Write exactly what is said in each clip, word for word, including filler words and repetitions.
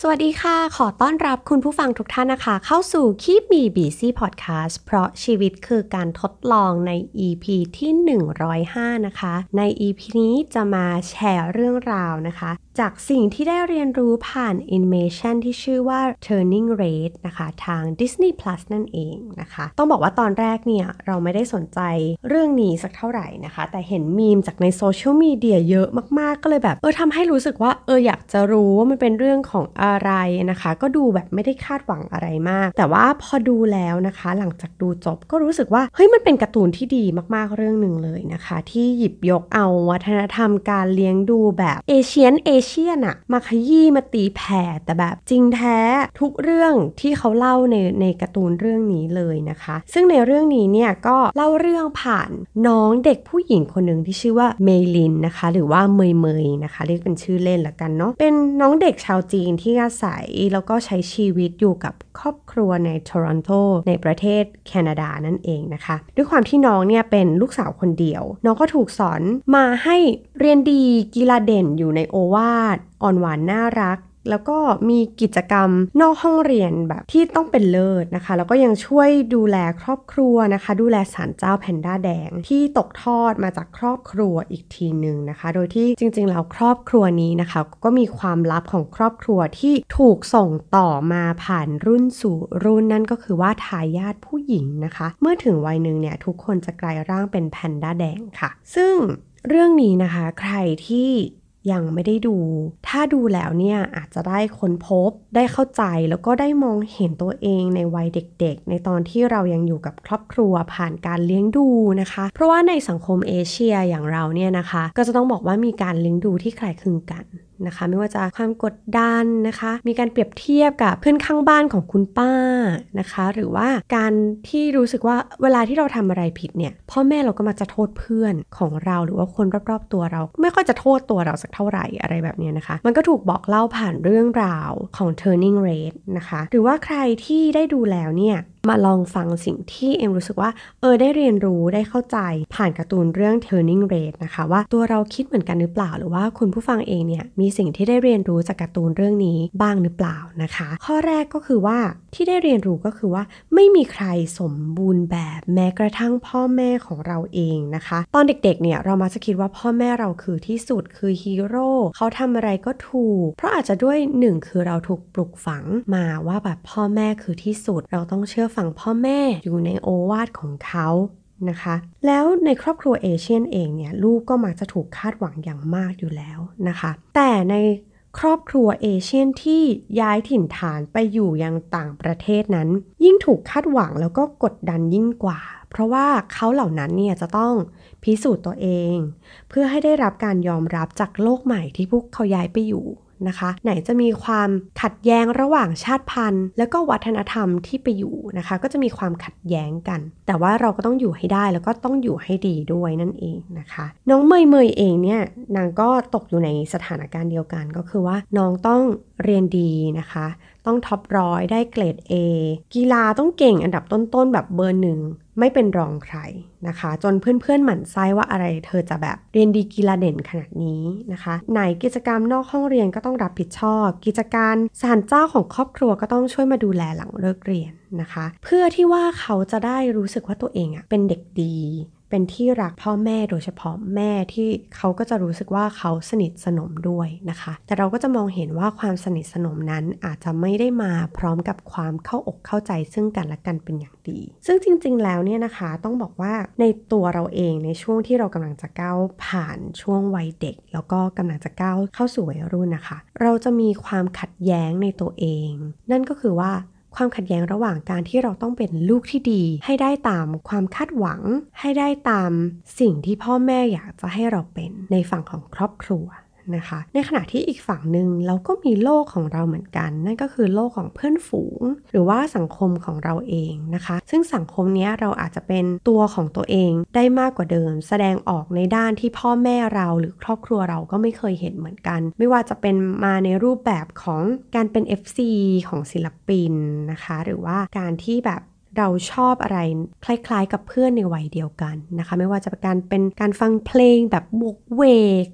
วัสดีค่ะขอต้อนรับคุณผู้ฟังทุกท่านนะคะเข้าสู่ Keep Me Busy Podcast เพราะชีวิตคือการทดลองใน อี พี ที่หนึ่งร้อยห้านะคะใน อี พี นี้จะมาแชร์เรื่องราวนะคะจากสิ่งที่ได้เรียนรู้ผ่านแอนิเมชันที่ชื่อว่า Turning Red นะคะทาง Disney Plus นั่นเองนะคะต้องบอกว่าตอนแรกเนี่ยเราไม่ได้สนใจเรื่องนี้สักเท่าไหร่นะคะแต่เห็นมีมจากในโซเชียลมีเดียเยอะมากๆก็เลยแบบเออทำให้รู้สึกว่าเอออยากจะรู้ว่ามันเป็นเรื่องของอะไรนะคะก็ดูแบบไม่ได้คาดหวังอะไรมากแต่ว่าพอดูแล้วนะคะหลังจากดูจบก็รู้สึกว่าเฮ้ยมันเป็นการ์ตูนที่ดีมากๆเรื่องหนึ่งเลยนะคะที่หยิบยกเอาวัฒนธรรมการเลี้ยงดูแบบเอเชียนเอเชียนอะมาขยี้มาตีแผ่แต่แบบจริงแท้ทุกเรื่องที่เขาเล่าในในการ์ตูนเรื่องนี้เลยนะคะซึ่งในเรื่องนี้เนี่ยก็เล่าเรื่องผ่านน้องเด็กผู้หญิงคนหนึ่งที่ชื่อว่าเมลินนะคะหรือว่าเมยเมยนะคะเรียกเป็นชื่อเล่นละกันเนาะเป็นน้องเด็กชาวจีนที่อาศัยแล้วก็ใช้ชีวิตอยู่กับครอบครัวในโตรอนโตในประเทศแคนาดานั่นเองนะคะด้วยความที่น้องเนี่ยเป็นลูกสาวคนเดียวน้องก็ถูกสอนมาให้เรียนดีกีฬาเด่นอยู่ในโอวาทอ่อนหวานน่ารักแล้วก็มีกิจกรรมนอกห้องเรียนแบบที่ต้องเป็นเลิศนะคะแล้วก็ยังช่วยดูแลครอบครัวนะคะดูแลศาลเจ้าแพนด้าแดงที่ตกทอดมาจากครอบครัวอีกทีหนึ่งนะคะโดยที่จริงๆแล้วครอบครัวนี้นะคะก็มีความลับของครอบครัวที่ถูกส่งต่อมาผ่านรุ่นสู่รุ่นนั่นก็คือว่าทายาทผู้หญิงนะคะเมื่อถึงวัยหนึ่งเนี่ยทุกคนจะกลายร่างเป็นแพนด้าแดงค่ะซึ่งเรื่องนี้นะคะใครที่ยังไม่ได้ดูถ้าดูแล้วเนี่ยอาจจะได้ค้นพบได้เข้าใจแล้วก็ได้มองเห็นตัวเองในวัยเด็กๆในตอนที่เรายังอยู่กับครอบครัวผ่านการเลี้ยงดูนะคะเพราะว่าในสังคมเอเชียอย่างเราเนี่ยนะคะก็จะต้องบอกว่ามีการเลี้ยงดูที่คล้ายคลึงกันนะคะไม่ว่าจะความกดดันนะคะมีการเปรียบเทียบกับเพื่อนข้างบ้านของคุณป้านะคะหรือว่าการที่รู้สึกว่าเวลาที่เราทำอะไรผิดเนี่ยพ่อแม่เราก็มักจะโทษเพื่อนของเราหรือว่าคนรอบๆตัวเราไม่ค่อยจะโทษตัวเราสักเท่าไหร่อะไรแบบนี้นะคะมันก็ถูกบอกเล่าผ่านเรื่องราวของ Turning Red นะคะหรือว่าใครที่ได้ดูแล้วเนี่ยมาลองฟังสิ่งที่เอ็มรู้สึกว่าเออได้เรียนรู้ได้เข้าใจผ่านการ์ตูนเรื่อง Turning Red นะคะว่าตัวเราคิดเหมือนกันหรือเปล่าหรือว่าคุณผู้ฟังเองเนี่ยมีสิ่งที่ได้เรียนรู้จากการ์ตูนเรื่องนี้บ้างหรือเปล่านะคะข้อแรกก็คือว่าที่ได้เรียนรู้ก็คือว่าไม่มีใครสมบูรณ์แบบแม้กระทั่งพ่อแม่ของเราเองนะคะตอนเด็กๆเนี่ยเรามักจะคิดว่าพ่อแม่เราคือที่สุดคือฮีโร่เขาทำอะไรก็ถูกเพราะอาจจะด้วยหนึ่งคือเราถูกปลูกฝังมาว่าแบบพ่อแม่คือที่สุดเราต้องเชื่อฟังพ่อแม่อยู่ในโอวาทของเขานะคะแล้วในครอบครัวเอเชียนเองเนี่ยลูกก็มักจะถูกคาดหวังอย่างมากอยู่แล้วนะคะแต่ในครอบครัวเอเชียนที่ย้ายถิ่นฐานไปอยู่ยังต่างประเทศนั้นยิ่งถูกคาดหวังแล้วก็กดดันยิ่งกว่าเพราะว่าเขาเหล่านั้นเนี่ยจะต้องพิสูจน์ตัวเองเพื่อให้ได้รับการยอมรับจากโลกใหม่ที่พวกเขาย้ายไปอยู่นะคะไหนจะมีความขัดแย้งระหว่างชาติพันธุ์แล้วก็วัฒนธรรมที่ไปอยู่นะคะก็จะมีความขัดแย้งกันแต่ว่าเราก็ต้องอยู่ให้ได้แล้วก็ต้องอยู่ให้ดีด้วยนั่นเองนะคะน้องเมยเมยเองเนี่ยนางก็ตกอยู่ในสถานการณ์เดียวกันก็คือว่าน้องต้องเรียนดีนะคะต้องท็อปร้อยได้เกรด A กีฬาต้องเก่งอันดับต้นๆแบบเบอร์หนึ่งไม่เป็นรองใครนะคะจนเพื่อนๆหมั่นไส้ว่าอะไรเธอจะแบบเรียนดีกีฬาเด่นขนาดนี้นะคะไหนกิจกรรมนอกห้องเรียนก็ต้องรับผิดชอบกิจการศาลเจ้าของครอบครัวก็ต้องช่วยมาดูแลหลังเลิกเรียนนะคะเพื่อที่ว่าเขาจะได้รู้สึกว่าตัวเองอ่ะเป็นเด็กดีเป็นที่รักพ่อแม่โดยเฉพาะแม่ที่เขาก็จะรู้สึกว่าเขาสนิทสนมด้วยนะคะแต่เราก็จะมองเห็นว่าความสนิทสนมนั้นอาจจะไม่ได้มาพร้อมกับความเข้าอกเข้าใจซึ่งกันและกันเป็นอย่างดีซึ่งจริงๆแล้วเนี่ยนะคะต้องบอกว่าในตัวเราเองในช่วงที่เรากำลังจะก้าวผ่านช่วงวัยเด็กแล้วก็กำลังจะก้าวเข้าสู่วัยรุ่นนะคะเราจะมีความขัดแย้งในตัวเองนั่นก็คือว่าความขัดแย้งระหว่างการที่เราต้องเป็นลูกที่ดีให้ได้ตามความคาดหวังให้ได้ตามสิ่งที่พ่อแม่อยากจะให้เราเป็นในฝั่งของครอบครัวนะคะในขณะที่อีกฝั่งหนึ่งเราก็มีโลกของเราเหมือนกันนั่นก็คือโลกของเพื่อนฝูงหรือว่าสังคมของเราเองนะคะซึ่งสังคมนี้เราอาจจะเป็นตัวของตัวเองได้มากกว่าเดิมแสดงออกในด้านที่พ่อแม่เราหรือครอบครัวเราก็ไม่เคยเห็นเหมือนกันไม่ว่าจะเป็นมาในรูปแบบของการเป็น เอฟ ซี ของศิลปินนะคะหรือว่าการที่แบบเราชอบอะไรคล้ายๆกับเพื่อนในวัยเดียวกันนะคะไม่ว่าจะเป็นการเป็นการฟังเพลงแบบบวกเวกชอบ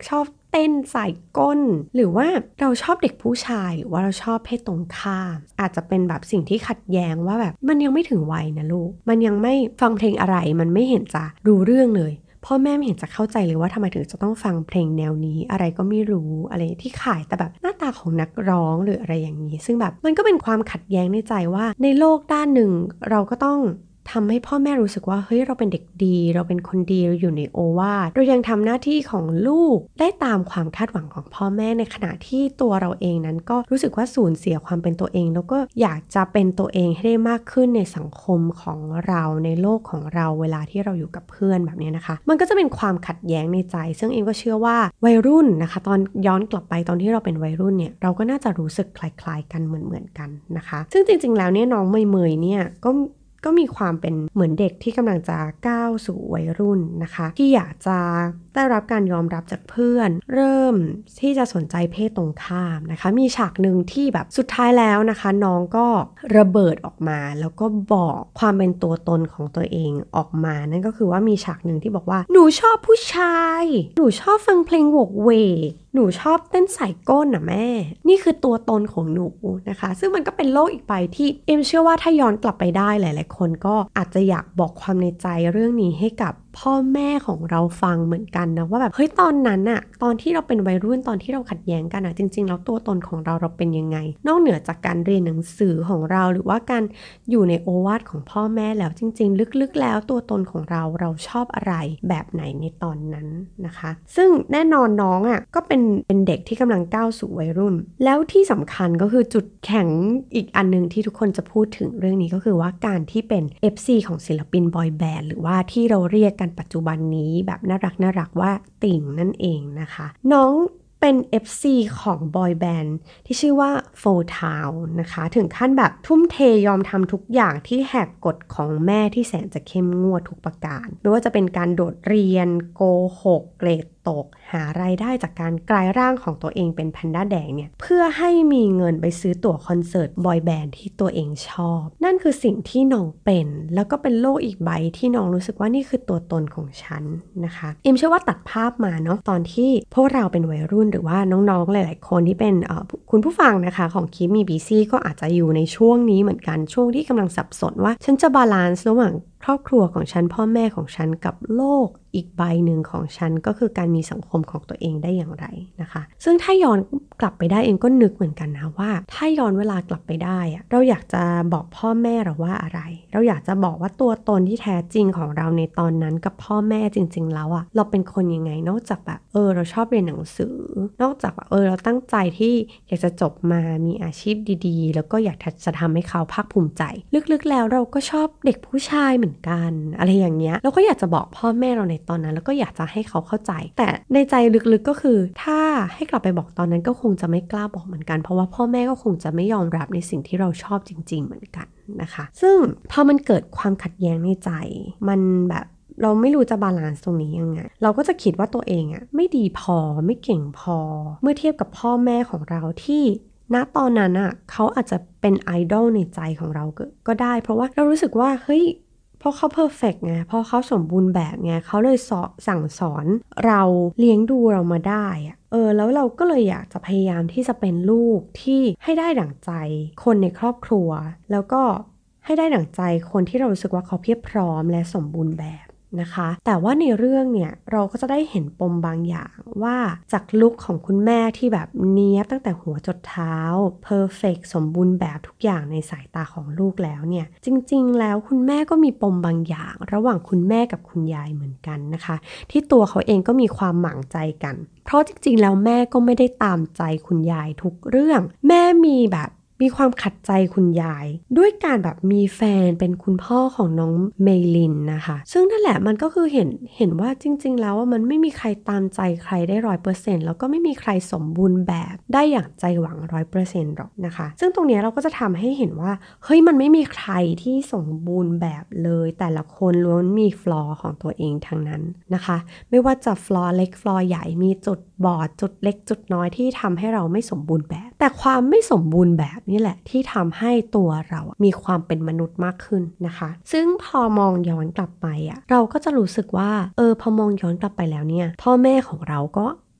เต้นใส่ก้นหรือว่าเราชอบเด็กผู้ชายหรือว่าเราชอบเพศตรงข้ามอาจจะเป็นแบบสิ่งที่ขัดแย้งว่าแบบมันยังไม่ถึงวัยนะลูกมันยังไม่ฟังเพลงอะไรมันไม่เห็นจะรู้เรื่องเลยพ่อแม่ไม่เห็นจะเข้าใจเลยว่าทำไมถึงจะต้องฟังเพลงแนวนี้อะไรก็ไม่รู้อะไรที่ขายแต่แบบหน้าตาของนักร้องหรืออะไรอย่างนี้ซึ่งแบบมันก็เป็นความขัดแย้งในใจว่าในโลกด้านหนึ่งเราก็ต้องทำให้พ่อแม่รู้สึกว่าเฮ้ยเราเป็นเด็กดีเราเป็นคนดีเราอยู่ในโอวาทเรายังทำหน้าที่ของลูกได้ตามความคาดหวังของพ่อแม่ในขณะที่ตัวเราเองนั้นก็รู้สึกว่าสูญเสียความเป็นตัวเองแล้วก็อยากจะเป็นตัวเองให้ได้มากขึ้นในสังคมของเราในโลกของเราเวลาที่เราอยู่กับเพื่อนแบบนี้นะคะมันก็จะเป็นความขัดแย้งในใจซึ่งเองก็เชื่อว่าวัยรุ่นนะคะตอนย้อนกลับไปตอนที่เราเป็นวัยรุ่นเนี่ยเราก็น่าจะรู้สึกคล้ายๆกันเหมือนๆกันนะคะซึ่งจริงๆแล้วเนี่ยน้องเมยๆเนี่ยก็ก็มีความเป็นเหมือนเด็กที่กำลังจะก้าวสู่วัยรุ่นนะคะที่อยากจะได้รับการยอมรับจากเพื่อนเริ่มที่จะสนใจเพศตรงข้ามนะคะมีฉากหนึ่งที่แบบสุดท้ายแล้วนะคะน้องก็ระเบิดออกมาแล้วก็บอกความเป็นตัวตนของตัวเองออกมานั่นก็คือว่ามีฉากหนึ่งที่บอกว่าหนูชอบผู้ชายหนูชอบฟังเพลงโหวกเวกหนูชอบเต้นใส่ก้นน่ะแม่นี่คือตัวตนของหนูนะคะซึ่งมันก็เป็นโลกอีกใบที่เอ็มเชื่อว่าถ้าย้อนกลับไปได้หลายๆคนก็อาจจะอยากบอกความในใจเรื่องนี้ให้กับพ่อแม่ของเราฟังเหมือนกันนะว่าแบบเฮ้ยตอนนั้นอะตอนที่เราเป็นวัยรุ่นตอนที่เราขัดแย้งกันอะจริงๆแล้วตัวตนของเราเราเป็นยังไงนอกเหนือจากการเรียนหนังสือของเราหรือว่าการอยู่ในโอวาทของพ่อแม่แล้วจริงๆลึกๆแล้วตัวตนของเราเราชอบอะไรแบบไหนในตอนนั้นนะคะซึ่งแน่นอนน้องอะก็เป็นเป็นเด็กที่กำลังก้าวสู่วัยรุ่นแล้วที่สำคัญก็คือจุดแข็งอีกอันนึงที่ทุกคนจะพูดถึงเรื่องนี้ก็คือว่าการที่เป็น เอฟ ซี ของศิลปินบอยแบนด์หรือว่าที่เราเรียกกันปัจจุบันนี้แบบน่ารักน่ารักว่าติ่งนั่นเองนะคะน้องเป็น เอฟ ซี ของบอยแบนด์ที่ชื่อว่า Four Town นะคะถึงขั้นแบบทุ่มเทยอมทำทุกอย่างที่แหกกฎของแม่ที่แสนจะเข้มงวดทุกประการไม่ว่าจะเป็นการโดดเรียนโกหกเกรดตกหารายได้จากการกลายร่างของตัวเองเป็นแพนด้าแดงเนี่ยเพื่อให้มีเงินไปซื้อตั๋วคอนเสิร์ตบอยแบนด์ที่ตัวเองชอบนั่นคือสิ่งที่น้องเป็นแล้วก็เป็นโลกอีกใบที่น้องรู้สึกว่านี่คือตัวตนของฉันนะคะเอ็มเชื่อว่าตัดภาพมาเนาะตอนที่พวกเราเป็นวัยรุ่นหรือว่าน้องๆหลายๆคนที่เป็นเอ่อคุณผู้ฟังนะคะของคิมมีบีซี่ก็อาจจะอยู่ในช่วงนี้เหมือนกันช่วงที่กำลังสับสนว่าฉันจะบาลานซ์ระหว่างครอบครัวของฉันพ่อแม่ของฉันกับโลกอีกใบหนึ่งของฉันก็คือการมีสังคมของตัวเองได้อย่างไรนะคะซึ่งถ้าย้อนกลับไปได้เองก็นึกเหมือนกันนะว่าถ้าย้อนเวลากลับไปได้อะเราอยากจะบอกพ่อแม่เราว่าอะไรเราอยากจะบอกว่าตัวตนที่แท้จริงของเราในตอนนั้นกับพ่อแม่จริงๆแล้วอะเราเป็นคนยังไงนอกจากแบบเออเราชอบเรียนหนังสือนอกจากแบบเออเราตั้งใจที่อยากจะจบมามีอาชีพดีๆแล้วก็อยากจะทำให้เขาภาคภูมิใจลึกๆแล้วเราก็ชอบเด็กผู้ชายเหมือนกันอะไรอย่างเงี้ยเราก็อยากจะบอกพ่อแม่เราในตอนนั้นแล้วก็อยากจะให้เขาเข้าใจแต่ในใจลึกๆก็คือถ้าให้กลับไปบอกตอนนั้นก็คงจะไม่กล้าบอกเหมือนกันเพราะว่าพ่อแม่ก็คงจะไม่ยอมรับในสิ่งที่เราชอบจริงๆเหมือนกันนะคะซึ่งพอมันเกิดความขัดแย้งในใจมันแบบเราไม่รู้จะบาลานซ์ตรงนี้ยังไงเราก็จะคิดว่าตัวเองอะไม่ดีพอไม่เก่งพอเมื่อเทียบกับพ่อแม่ของเราที่ณตอนนั้นอ่ะเขาอาจจะเป็นไอดอลในใจของเราก็ก็ได้เพราะว่าเรารู้สึกว่าเฮ้ยเพราะเขาเพอร์เฟกต์ไงเพราะเขาสมบูรณ์แบบไงเขาเลยสอนสั่งสอนเราเลี้ยงดูเรามาได้อะเออแล้วเราก็เลยอยากจะพยายามที่จะเป็นลูกที่ให้ได้ดั่งใจคนในครอบครัวแล้วก็ให้ได้ดั่งใจคนที่เรารู้สึกว่าเขาเพียบพร้อมและสมบูรณ์แบบนะคะแต่ว่าในเรื่องเนี่ยเราก็จะได้เห็นปมบางอย่างว่าจากลุคของคุณแม่ที่แบบเนี้ยตั้งแต่หัวจดเท้าเพอร์เฟกต์สมบูรณ์แบบทุกอย่างในสายตาของลูกแล้วเนี่ยจริงๆแล้วคุณแม่ก็มีปมบางอย่างระหว่างคุณแม่กับคุณยายเหมือนกันนะคะที่ตัวเขาเองก็มีความหมางใจกันเพราะจริงๆแล้วแม่ก็ไม่ได้ตามใจคุณยายทุกเรื่องแม่มีแบบมีความขัดใจคุณยายด้วยการแบบมีแฟนเป็นคุณพ่อของน้องเมลินนะคะซึ่งนั่นแหละมันก็คือเห็นเห็นว่าจริงๆแล้วว่ามันไม่มีใครตามใจใครได้ร้อยเปอร์เซ็นต์แล้วก็ไม่มีใครสมบูรณ์แบบได้อย่างใจหวังร้อยเปอร์เซ็นต์หรอกนะคะซึ่งตรงนี้เราก็จะทำให้เห็นว่าเฮ้ยมันไม่มีใครที่สมบูรณ์แบบเลยแต่ละคนล้วนมีฟลอของตัวเองทั้งนั้นนะคะไม่ว่าจะฟลอเล็กฟลอใหญ่มีจุดบอดจุดเล็กจุดน้อยที่ทำให้เราไม่สมบูรณ์แบบแต่ความไม่สมบูรณ์แบบนี่แหละที่ทำให้ตัวเรามีความเป็นมนุษย์มากขึ้นนะคะซึ่งพอมองย้อนกลับไปอ่ะเราก็จะรู้สึกว่าเออพอมองย้อนกลับไปแล้วเนี่ยพ่อแม่ของเราก็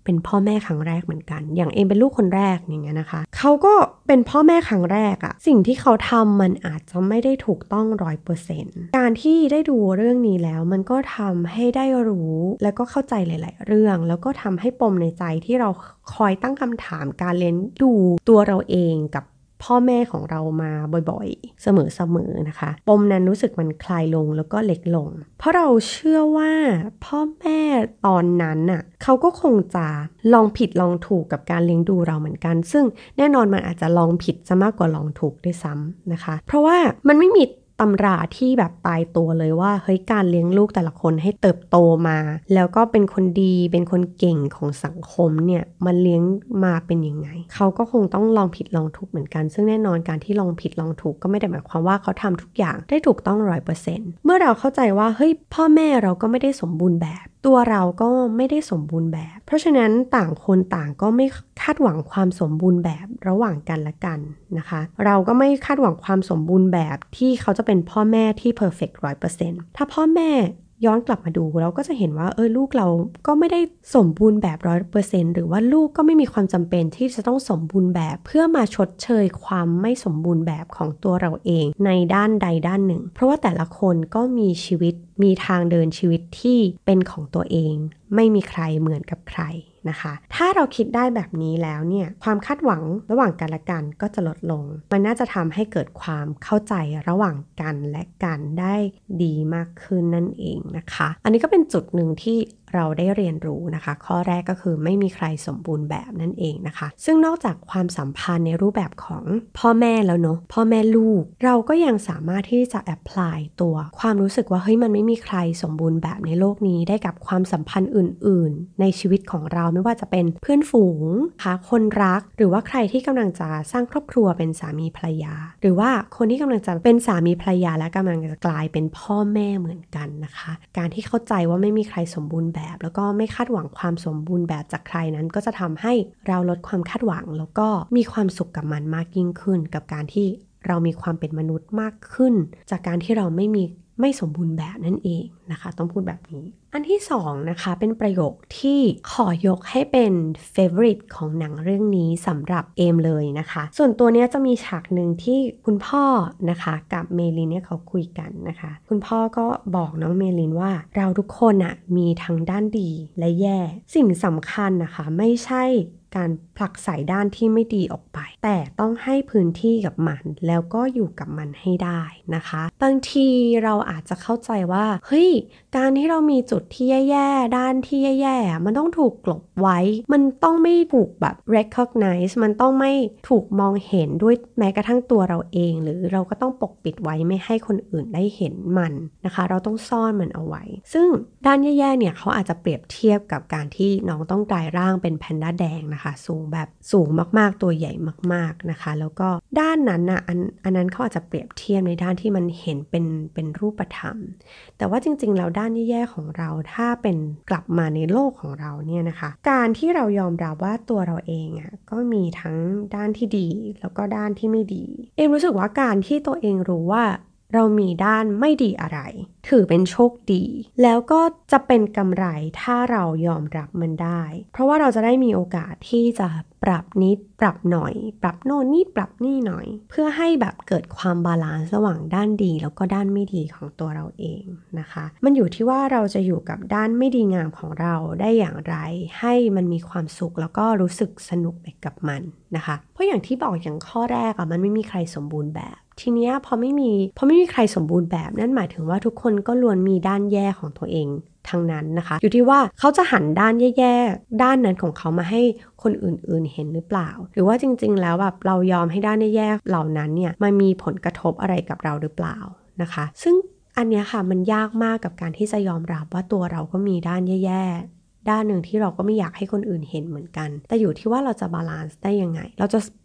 เป็นพ่อแม่ครั้งแรกเหมือนกันอย่างเอมเป็นลูกคนแรกอย่างเงี้ยนะคะเขาก็เป็นพ่อแม่ครั้งแรกอะสิ่งที่เขาทำมันอาจจะไม่ได้ถูกต้องร้อยเปอร์เซ็นต์การที่ได้ดูเรื่องนี้แล้วมันก็ทำให้ได้รู้แล้วก็เข้าใจหลายๆเรื่องแล้วก็ทำให้ปมในใจที่เราคอยตั้งคำถามการเลี้ยงดูตัวเราเองกับพ่อแม่ของเรามาบ่อยๆเสมอๆนะคะปมนั้นรู้สึกมันคลายลงแล้วก็เล็กลงเพราะเราเชื่อว่าพ่อแม่ตอนนั้นน่ะเขาก็คงจะลองผิดลองถูกกับการเลี้ยงดูเราเหมือนกันซึ่งแน่นอนมันอาจจะลองผิดซะมากกว่าลองถูกด้วยซ้ำนะคะเพราะว่ามันไม่มีตำราที่แบบตายตัวเลยว่าเฮ้ยการเลี้ยงลูกแต่ละคนให้เติบโตมาแล้วก็เป็นคนดีเป็นคนเก่งของสังคมเนี่ยมันเลี้ยงมาเป็นยังไงเขาก็คงต้องลองผิดลองถูกเหมือนกันซึ่งแน่นอนการที่ลองผิดลองถูกก็ไม่ได้หมายความว่าเขาทำทุกอย่างได้ถูกต้อง ร้อยเปอร์เซ็นต์ เมื่อเราเข้าใจว่าเฮ้ยพ่อแม่เราก็ไม่ได้สมบูรณ์แบบตัวเราก็ไม่ได้สมบูรณ์แบบเพราะฉะนั้นต่างคนต่างก็ไม่คาดหวังความสมบูรณ์แบบระหว่างกันและกันนะคะเราก็ไม่คาดหวังความสมบูรณ์แบบที่เขาจะเป็นพ่อแม่ที่ perfect ร้อยเปอร์เซ็นต์ ถ้าพ่อแม่ย้อนกลับมาดูเราก็จะเห็นว่าเออลูกเราก็ไม่ได้สมบูรณ์แบบ ร้อยเปอร์เซ็นต์ หรือว่าลูกก็ไม่มีความจำเป็นที่จะต้องสมบูรณ์แบบเพื่อมาชดเชยความไม่สมบูรณ์แบบของตัวเราเองในด้านใดด้านหนึ่งเพราะว่าแต่ละคนก็มีชีวิตมีทางเดินชีวิตที่เป็นของตัวเองไม่มีใครเหมือนกับใครนะคะถ้าเราคิดได้แบบนี้แล้วเนี่ยความคาดหวังระหว่างกันและกันก็จะลดลงมันน่าจะทำให้เกิดความเข้าใจระหว่างกันและกันได้ดีมากขึ้นนั่นเองนะคะอันนี้ก็เป็นจุดหนึ่งที่เราได้เรียนรู้นะคะข้อแรกก็คือไม่มีใครสมบูรณ์แบบนั่นเองนะคะซึ่งนอกจากความสัมพันธ์ในรูปแบบของพ่อแม่แล้วเนาะพ่อแม่ลูกเราก็ยังสามารถที่จะแอพพลายตัวความรู้สึกว่าเฮ้ยมันไม่มีใครสมบูรณ์แบบในโลกนี้ได้กับความสัมพันธ์อื่นๆในชีวิตของเราไม่ว่าจะเป็นเพื่อนฝูงค่ะคนรักหรือว่าใครที่กำลังจะสร้างครอบครัวเป็นสามีภรรยาหรือว่าคนที่กำลังจะเป็นสามีภรรยาและกำลังจะกลายเป็นพ่อแม่เหมือนกันนะคะการที่เข้าใจว่าไม่มีใครสมบูรณ์แบบแล้วก็ไม่คาดหวังความสมบูรณ์แบบจากใครนั้นก็จะทำให้เราลดความคาดหวังแล้วก็มีความสุขกับมันมากยิ่งขึ้นกับการที่เรามีความเป็นมนุษย์มากขึ้นจากการที่เราไม่มีไม่สมบูรณ์แบบนั่นเองนะคะต้องพูดแบบนี้อันที่สองนะคะเป็นประโยคที่ขอยกให้เป็น favorite ของหนังเรื่องนี้สำหรับเอมเลยนะคะส่วนตัวเนี้ยจะมีฉากหนึ่งที่คุณพ่อนะคะกับเมลินเนี่ยเขาคุยกันนะคะคุณพ่อก็บอกน้องเมลินว่าเราทุกคนอะมีทั้งด้านดีและแย่สิ่งสำคัญนะคะไม่ใช่การผลักใส่ด้านที่ไม่ดีออกไปแต่ต้องให้พื้นที่กับมันแล้วก็อยู่กับมันให้ได้นะคะบางทีเราอาจจะเข้าใจว่าเฮ้ยการที่เรามีจุดที่แย่ๆด้านที่แย่ๆมันต้องถูกกลบไว้มันต้องไม่ถูกแบบ recognize มันต้องไม่ถูกมองเห็นด้วยแม้กระทั่งตัวเราเองหรือเราก็ต้องปกปิดไว้ไม่ให้คนอื่นได้เห็นมันนะคะเราต้องซ่อนมันเอาไว้ซึ่งด้านแย่ๆเนี่ยเขาอาจจะเปรียบเทียบกับการที่น้องต้องกลายร่างเป็นแพนด้าแดงนะคะสูงแบบสูงมากๆตัวใหญ่มากๆนะคะแล้วก็ด้านนั้นน่ะอันอันนั้นเขาอาจจะเปรียบเทียบในด้านที่มันเห็นเป็นเป็นรูปธรรมแต่ว่าจริงๆแล้วด้านแย่ๆของเราถ้าเป็นกลับมาในโลกของเราเนี่ยนะคะการที่เรายอมรับว่าตัวเราเองอ่ะก็มีทั้งด้านที่ดีแล้วก็ด้านที่ไม่ดีเอ็มรู้สึกว่าการที่ตัวเองรู้ว่าเรามีด้านไม่ดีอะไรถือเป็นโชคดีแล้วก็จะเป็นกำไรถ้าเรายอมรับมันได้เพราะว่าเราจะได้มีโอกาสที่จะปรับนิดปรับหน่อยปรับโน่นนี่ปรับนี่หน่อยเพื่อให้แบบเกิดความบาลานซ์ระหว่างด้านดีแล้วก็ด้านไม่ดีของตัวเราเองนะคะมันอยู่ที่ว่าเราจะอยู่กับด้านไม่ดีงามของเราได้อย่างไรให้มันมีความสุขแล้วก็รู้สึกสนุกไปกับมันนะคะเพราะอย่างที่บอกอย่างข้อแรกอะมันไม่มีใครสมบูรณ์แบบทีเนี้ยพอไม่มีพอไม่มีใครสมบูรณ์แบบนั่นหมายถึงว่าทุกคนก็ล้วนมีด้านแย่ของตัวเองทั้งนั้นนะคะอยู่ที่ว่าเขาจะหันด้านแย่ๆด้านนั้นของเขามาให้คนอื่นๆเห็นหรือเปล่าหรือว่าจริงๆแล้วแบบเรายอมให้ด้านแย่ๆเหล่านั้นเนี่ยมันมีผลกระทบอะไรกับเราหรือเปล่านะคะซึ่งอันเนี้ยค่ะมันยากมากกับการที่จะยอมรับว่าตัวเราก็มีด้านแย่ๆด้านหนึ่งที่เราก็ไม่อยากให้คนอื่นเห็นเหมือนกันแต่อยู่ที่ว่าเราจะบาลานซ์ได้ยังไงเราจะ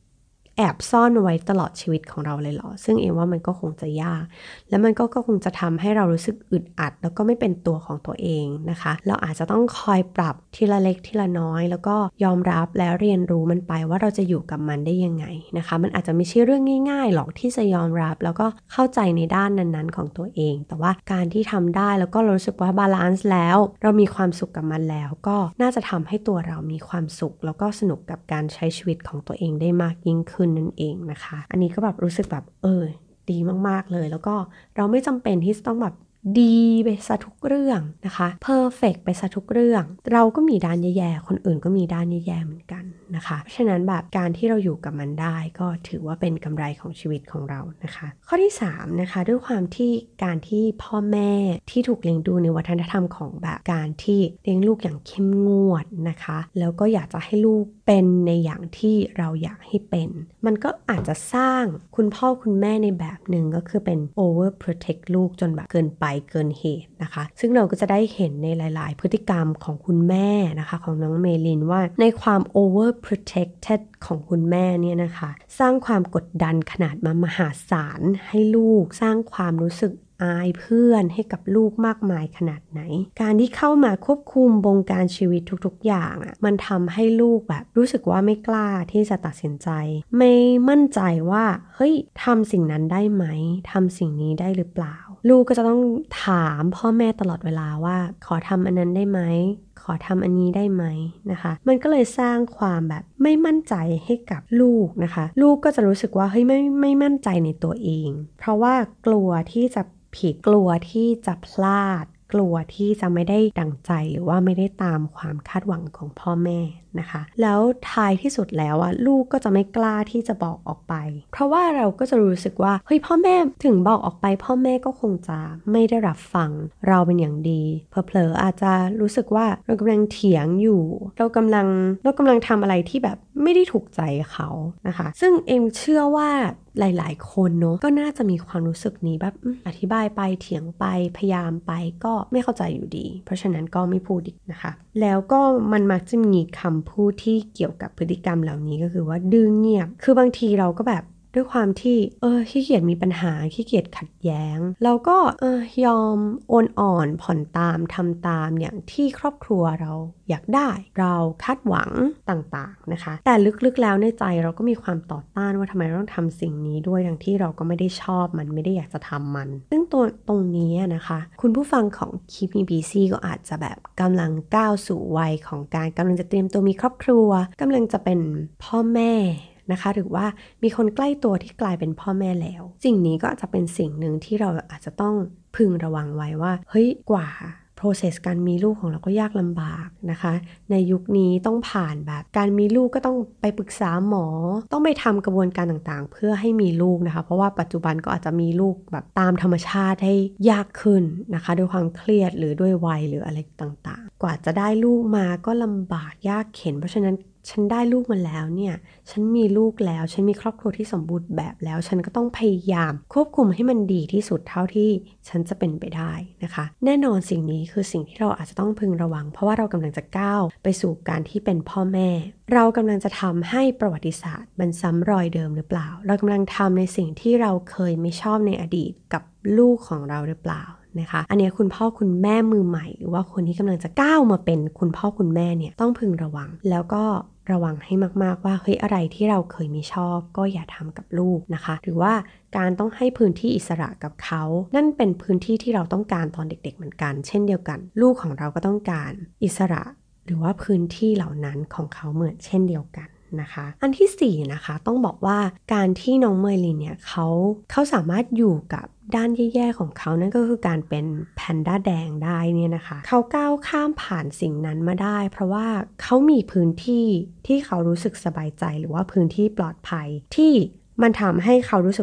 แอบซ่อนมันไว้ตลอดชีวิตของเราเลยเหรอซึ่งเอมว่ามันก็คงจะยากแล้วมันก็ก็คงจะทำให้เรารู้สึกอึดอัดแล้วก็ไม่เป็นตัวของตัวเองนะคะเราอาจจะต้องคอยปรับทีละเล็กทีละน้อยแล้วก็ยอมรับและเรียนรู้มันไปว่าเราจะอยู่กับมันได้ยังไงนะคะมันอาจจะไม่ใช่เรื่องง่ายๆหรอกที่จะยอมรับแล้วก็เข้าใจในด้านนั้นๆของตัวเองแต่ว่าการที่ทำได้แล้วก็รู้สึกว่าบาลานซ์แล้วเรามีความสุขกับมันแล้วก็น่าจะทำให้ตัวเรามีความสุขแล้วก็สนุกกับการใช้ชีวิตของตัวเองได้มากยิ่งขึ้นนั่นเองนะคะอันนี้ก็แบบรู้สึกแบบเออดีมากๆเลยแล้วก็เราไม่จำเป็นที่จะต้องแบบดีไปซะทุกเรื่องนะคะเพอร์เฟกต์ไปซะทุกเรื่องเราก็มีด้านแย่ๆคนอื่นก็มีด้านแย่ๆเหมือนกันนะคะเพราะฉะนั้นแบบการที่เราอยู่กับมันได้ก็ถือว่าเป็นกำไรของชีวิตของเรานะคะข้อที่สามนะคะด้วยความที่การที่พ่อแม่ที่ถูกเลี้ยงดูในวัฒนธรรมของแบบการที่เลี้ยงลูกอย่างเข้มงวดนะคะแล้วก็อยากจะให้ลูกเป็นในอย่างที่เราอยากให้เป็นมันก็อาจจะสร้างคุณพ่อคุณแม่ในแบบหนึ่งก็คือเป็น over protect ลูกจนแบบเกินไปเกินเหตุนะคะซึ่งเราก็จะได้เห็นในหลายๆพฤติกรรมของคุณแม่นะคะของน้องเมลินว่าในความ over protected ของคุณแม่เนี่ยนะคะสร้างความกดดันขนาดมหาศาลให้ลูกสร้างความรู้สึกอายเพื่อนให้กับลูกมากมายขนาดไหนการที่เข้ามาควบคุมบงการชีวิตทุกๆอย่างอ่ะมันทำให้ลูกแบบรู้สึกว่าไม่กล้าที่จะตัดสินใจไม่มั่นใจว่าเฮ้ยทำสิ่งนั้นได้ไหมทำสิ่งนี้ได้หรือเปล่าลูกก็จะต้องถามพ่อแม่ตลอดเวลาว่าขอทำอันนั้นได้ไหมขอทำอันนี้ได้ไหมนะคะมันก็เลยสร้างความแบบไม่มั่นใจให้กับลูกนะคะลูกก็จะรู้สึกว่าเฮ้ยไม่ไม่มั่นใจในตัวเองเพราะว่ากลัวที่จะผิดกลัวที่จะพลาดกลัวที่จะไม่ได้ดั่งใจหรือว่าไม่ได้ตามความคาดหวังของพ่อแม่นะคะแล้วท้ายที่สุดแล้วอ่ะลูกก็จะไม่กล้าที่จะบอกออกไปเพราะว่าเราก็จะรู้สึกว่าเฮ้ยพ่อแม่ถึงบอกออกไปพ่อแม่ก็คงจะไม่ได้รับฟังเราเป็นอย่างดีเผลอๆอาจจะรู้สึกว่าเรากำลังเถียงอยู่เรากำลังเรากำลังทำอะไรที่แบบไม่ได้ถูกใจเขานะคะซึ่งเอ็มเชื่อว่าหลายๆคนเนาะก็น่าจะมีความรู้สึกนี้แบบอธิบายไปเถียงไปพยายามไปก็ไม่เข้าใจอยู่ดีเพราะฉะนั้นก็ไม่พูดอีกนะคะแล้วก็มันมักจะมีคำพูดที่เกี่ยวกับพฤติกรรมเหล่านี้ก็คือว่าดื้อเงียบคือบางทีเราก็แบบด้วยความที่เออขี้เกียจมีปัญหาขี้เกียจขัดแย้งเราก็เออยอมโอนอ่อนผ่อนตามทำตามอย่างที่ครอบครัวเราอยากได้เราคาดหวังต่างๆนะคะแต่ลึกๆแล้วในใจเราก็มีความต่อต้านว่าทำไมเราต้องทำสิ่งนี้ด้วยทั้งที่เราก็ไม่ได้ชอบมันไม่ได้อยากจะทำมันซึ่งตัวตรงนี้นะคะคุณผู้ฟังของ Keep Me Busy ก็อาจจะแบบกำลังก้าวสู่วัยของการกำลังจะเตรียมตัวมีครอบครัวกำลังจะเป็นพ่อแม่นะคะหรือว่ามีคนใกล้ตัวที่กลายเป็นพ่อแม่แล้วสิ่งนี้ก็อาจจะเป็นสิ่งหนึ่งที่เราอาจจะต้องพึงระวังไว้ว่าเฮ้ยกว่า process การมีลูกของเราก็ยากลำบากนะคะในยุคนี้ต้องผ่านแบบการมีลูกก็ต้องไปปรึกษาหมอต้องไปทำกระบวนการต่างๆเพื่อให้มีลูกนะคะเพราะว่าปัจจุบันก็อาจจะมีลูกแบบตามธรรมชาติให้ยากขึ้นนะคะด้วยความเครียดหรือด้วยวัยหรืออะไรต่างๆกว่าจะได้ลูกมาก็ลำบากยากเข็ญเพราะฉะนั้นฉันได้ลูกมาแล้วเนี่ยฉันมีลูกแล้วฉันมีครอบครัวที่สมบูรณ์แบบแล้วฉันก็ต้องพยายามควบคุมให้มันดีที่สุดเท่าที่ฉันจะเป็นไปได้นะคะแน่นอนสิ่งนี้คือสิ่งที่เราอาจจะต้องพึงระวังเพราะว่าเรากำลังจะก้าวไปสู่การที่เป็นพ่อแม่เรากำลังจะทำให้ประวัติศาสตร์มันซ้ำรอยเดิมหรือเปล่าเรากำลังทำในสิ่งที่เราเคยไม่ชอบในอดีตกับลูกของเราหรือเปล่านะคะอันนี้คุณพ่อคุณแม่มือใหม่หรือว่าคนที่กำลังจะก้าวมาเป็นคุณพ่อคุณแม่เนี่ยต้องพึงระวังแล้วก็ระวังให้มากๆว่าเฮ้ยอะไรที่เราเคยไม่ชอบก็อย่าทำกับลูกนะคะหรือว่าการต้องให้พื้นที่อิสระกับเขานั่นเป็นพื้นที่ที่เราต้องการตอนเด็กๆเหมือนกันเช่นเดียวกันลูกของเราก็ต้องการอิสระหรือว่าพื้นที่เหล่านั้นของเขาเหมือนเช่นเดียวกันนะคะอันที่สี่นะคะต้องบอกว่าการที่น้องเมลินเนี่ยเขาเขาสามารถอยู่กับด้านแย่ๆของเขานั่นก็คือการเป็นแพนด้าแดงได้เนี่ยนะคะเขาก้าวข้ามผ่านสิ่งนั้นมาได้เพราะว่าเขามีพื้นที่ที่เขารู้สึกสบายใจหรือว่าพื้นที่ปลอดภัยที่มันทำให้เขารู้สึกว่า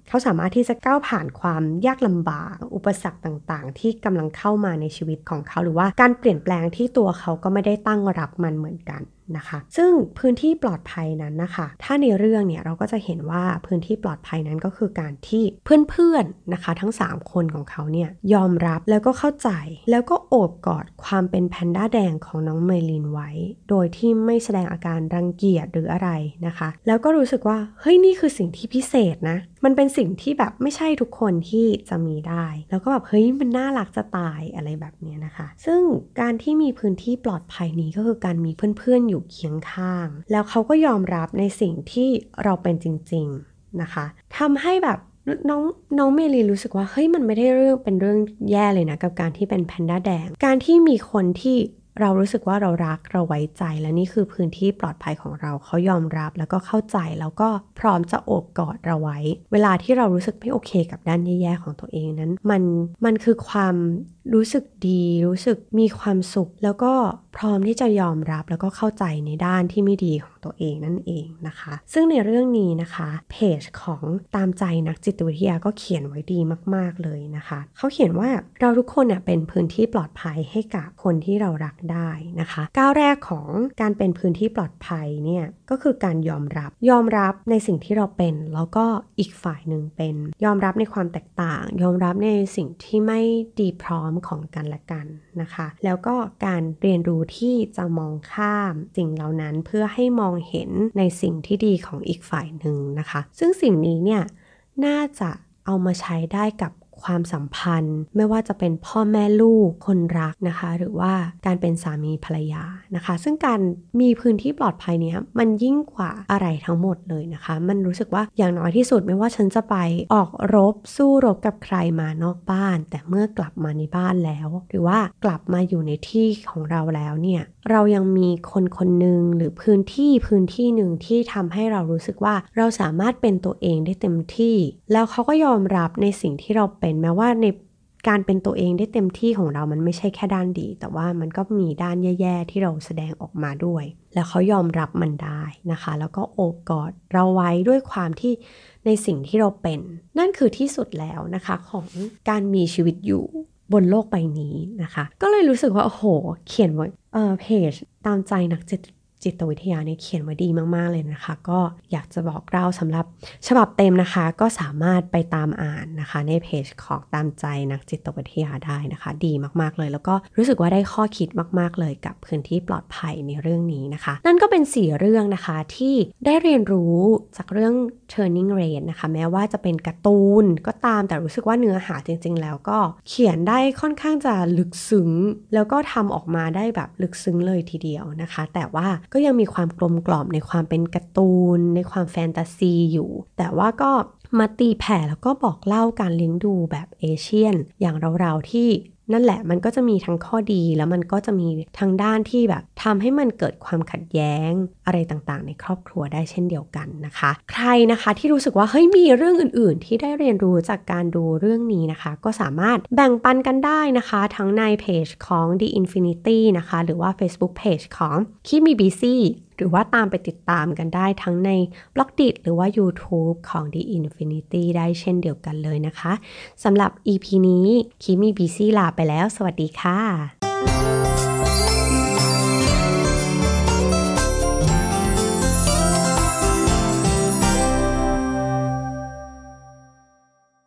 เขาสามารถที่จะก้าวผ่านความยากลำบากอุปสรรคต่างๆที่กำลังเข้ามาในชีวิตของเขาหรือว่าการเปลี่ยนแปลงที่ตัวเขาก็ไม่ได้ตั้งรับมันเหมือนกันนะคะซึ่งพื้นที่ปลอดภัยนั้นนะคะถ้าในเรื่องเนี่ยเราก็จะเห็นว่าพื้นที่ปลอดภัยนั้นก็คือการที่เพื่อนๆนะคะทั้งสามคนของเขาเนี่ยยอมรับแล้วก็เข้าใจแล้วก็โอบกอดความเป็นแพนด้าแดงของน้องเมลินไว้โดยที่ไม่แสดงอาการรังเกียจหรืออะไรนะคะแล้วก็รู้สึกว่าเฮ้ยนี่คือสิ่งที่พิเศษนะมันเป็นสิ่งที่แบบไม่ใช่ทุกคนที่จะมีได้แล้วก็แบบเฮ้ยมันน่ารักจะตายอะไรแบบนี้นะคะซึ่งการที่มีพื้นที่ปลอดภัยนี้ก็คือการมีเพื่อนๆอยู่เคียงข้างแล้วเขาก็ยอมรับในสิ่งที่เราเป็นจริงๆนะคะทำให้แบบน้องน้องเมลีรู้สึกว่าเฮ้ยมันไม่ได้เรื่องเป็นเรื่องแย่เลยนะกับการที่เป็นแพนด้าแดงการที่มีคนที่เรารู้สึกว่าเรารักเราไว้ใจและนี่คือพื้นที่ปลอดภัยของเราเขายอมรับแล้วก็เข้าใจแล้วก็พร้อมจะโอบกอดเราไว้เวลาที่เรารู้สึกไม่โอเคกับด้านแย่ๆของตัวเองนั้นมันมันคือความรู้สึกดีรู้สึกมีความสุขแล้วก็พร้อมที่จะยอมรับแล้วก็เข้าใจในด้านที่ไม่ดีของตัวเองนั่นเองนะคะซึ่งในเรื่องนี้นะคะเพจของตามใจนักจิตวิทยาก็เขียนไว้ดีมากๆเลยนะคะเขาเขียนว่าเราทุกคนเนี่ยเป็นพื้นที่ปลอดภัยให้กับคนที่เรารักได้นะคะก้าวแรกของการเป็นพื้นที่ปลอดภัยเนี่ยก็คือการยอมรับยอมรับในสิ่งที่เราเป็นแล้วก็อีกฝ่ายหนึ่งเป็นยอมรับในความแตกต่างยอมรับในสิ่งที่ไม่ดีพร้อมของกันและกันนะคะแล้วก็การเรียนรู้ที่จะมองข้ามสิ่งเหล่านั้นเพื่อให้มองเห็นในสิ่งที่ดีของอีกฝ่ายหนึ่งนะคะซึ่งสิ่งนี้เนี่ยน่าจะเอามาใช้ได้กับความสัมพันธ์ไม่ว่าจะเป็นพ่อแม่ลูกคนรักนะคะหรือว่าการเป็นสามีภรรยานะคะซึ่งการมีพื้นที่ปลอดภัยเนี้ยมันยิ่งกว่าอะไรทั้งหมดเลยนะคะมันรู้สึกว่าอย่างน้อยที่สุดไม่ว่าฉันจะไปออกรบสู้รบกับใครมานอกบ้านแต่เมื่อกลับมาในบ้านแล้วหรือว่ากลับมาอยู่ในที่ของเราแล้วเนี่ยเรายังมีคนคนหนึ่งหรือพื้นที่พื้นที่หนึ่งที่ทำให้เรารู้สึกว่าเราสามารถเป็นตัวเองได้เต็มที่แล้วเขาก็ยอมรับในสิ่งที่เราเป็นแม้ว่าในการเป็นตัวเองได้เต็มที่ของเรามันไม่ใช่แค่ด้านดีแต่ว่ามันก็มีด้านแย่ๆที่เราแสดงออกมาด้วยแล้วเขายอมรับมันได้นะคะแล้วก็โอบกอดเราไว้ด้วยความที่ในสิ่งที่เราเป็นนั่นคือที่สุดแล้วนะคะของการมีชีวิตอยู่บนโลกใบนี้นะคะก็เลยรู้สึกว่าโอ้โหเขียนไว้เอ่อเพจตามใจนักจิตจิตวิทยาเนี่ยเขียนไว้ดีมากๆเลยนะคะก็อยากจะบอกเล่าสำหรับฉบับเต็มนะคะก็สามารถไปตามอ่านนะคะในเพจของตามใจนักจิตวิทยาได้นะคะดีมากๆเลยแล้วก็รู้สึกว่าได้ข้อคิดมากๆเลยกับพื้นที่ปลอดภัยในเรื่องนี้นะคะนั่นก็เป็นสี่เรื่องนะคะที่ได้เรียนรู้จากเรื่อง Turning Red นะคะแม้ว่าจะเป็นการ์ตูนก็ตามแต่รู้สึกว่าเนื้อหาจริงๆแล้วก็เขียนได้ค่อนข้างจะลึกซึ้งแล้วก็ทำออกมาได้แบบลึกซึ้งเลยทีเดียวนะคะแต่ว่าก็ยังมีความกลมกล่อมในความเป็นการ์ตูนในความแฟนตาซีอยู่แต่ว่าก็มาตีแผ่แล้วก็บอกเล่าการเลี้ยงดูแบบเอเชียนอย่างเราๆที่นั่นแหละมันก็จะมีทั้งข้อดีแล้วมันก็จะมีทางด้านที่แบบทำให้มันเกิดความขัดแย้งอะไรต่างๆในครอบครัวได้เช่นเดียวกันนะคะใครนะคะที่รู้สึกว่าเฮ้ยมีเรื่องอื่นๆที่ได้เรียนรู้จากการดูเรื่องนี้นะคะก็สามารถแบ่งปันกันได้นะคะทั้งในเพจของ The Infinity นะคะหรือว่า Facebook Page ของ Keep Me Busy หรือว่าตามไปติดตามกันได้ทั้งใน Blogdit หรือว่า YouTube ของ The Infinity ได้เช่นเดียวกันเลยนะคะสำหรับ อี พี นี้ Keep Me Busy ลาไปแล้วสวัสดีค่ะ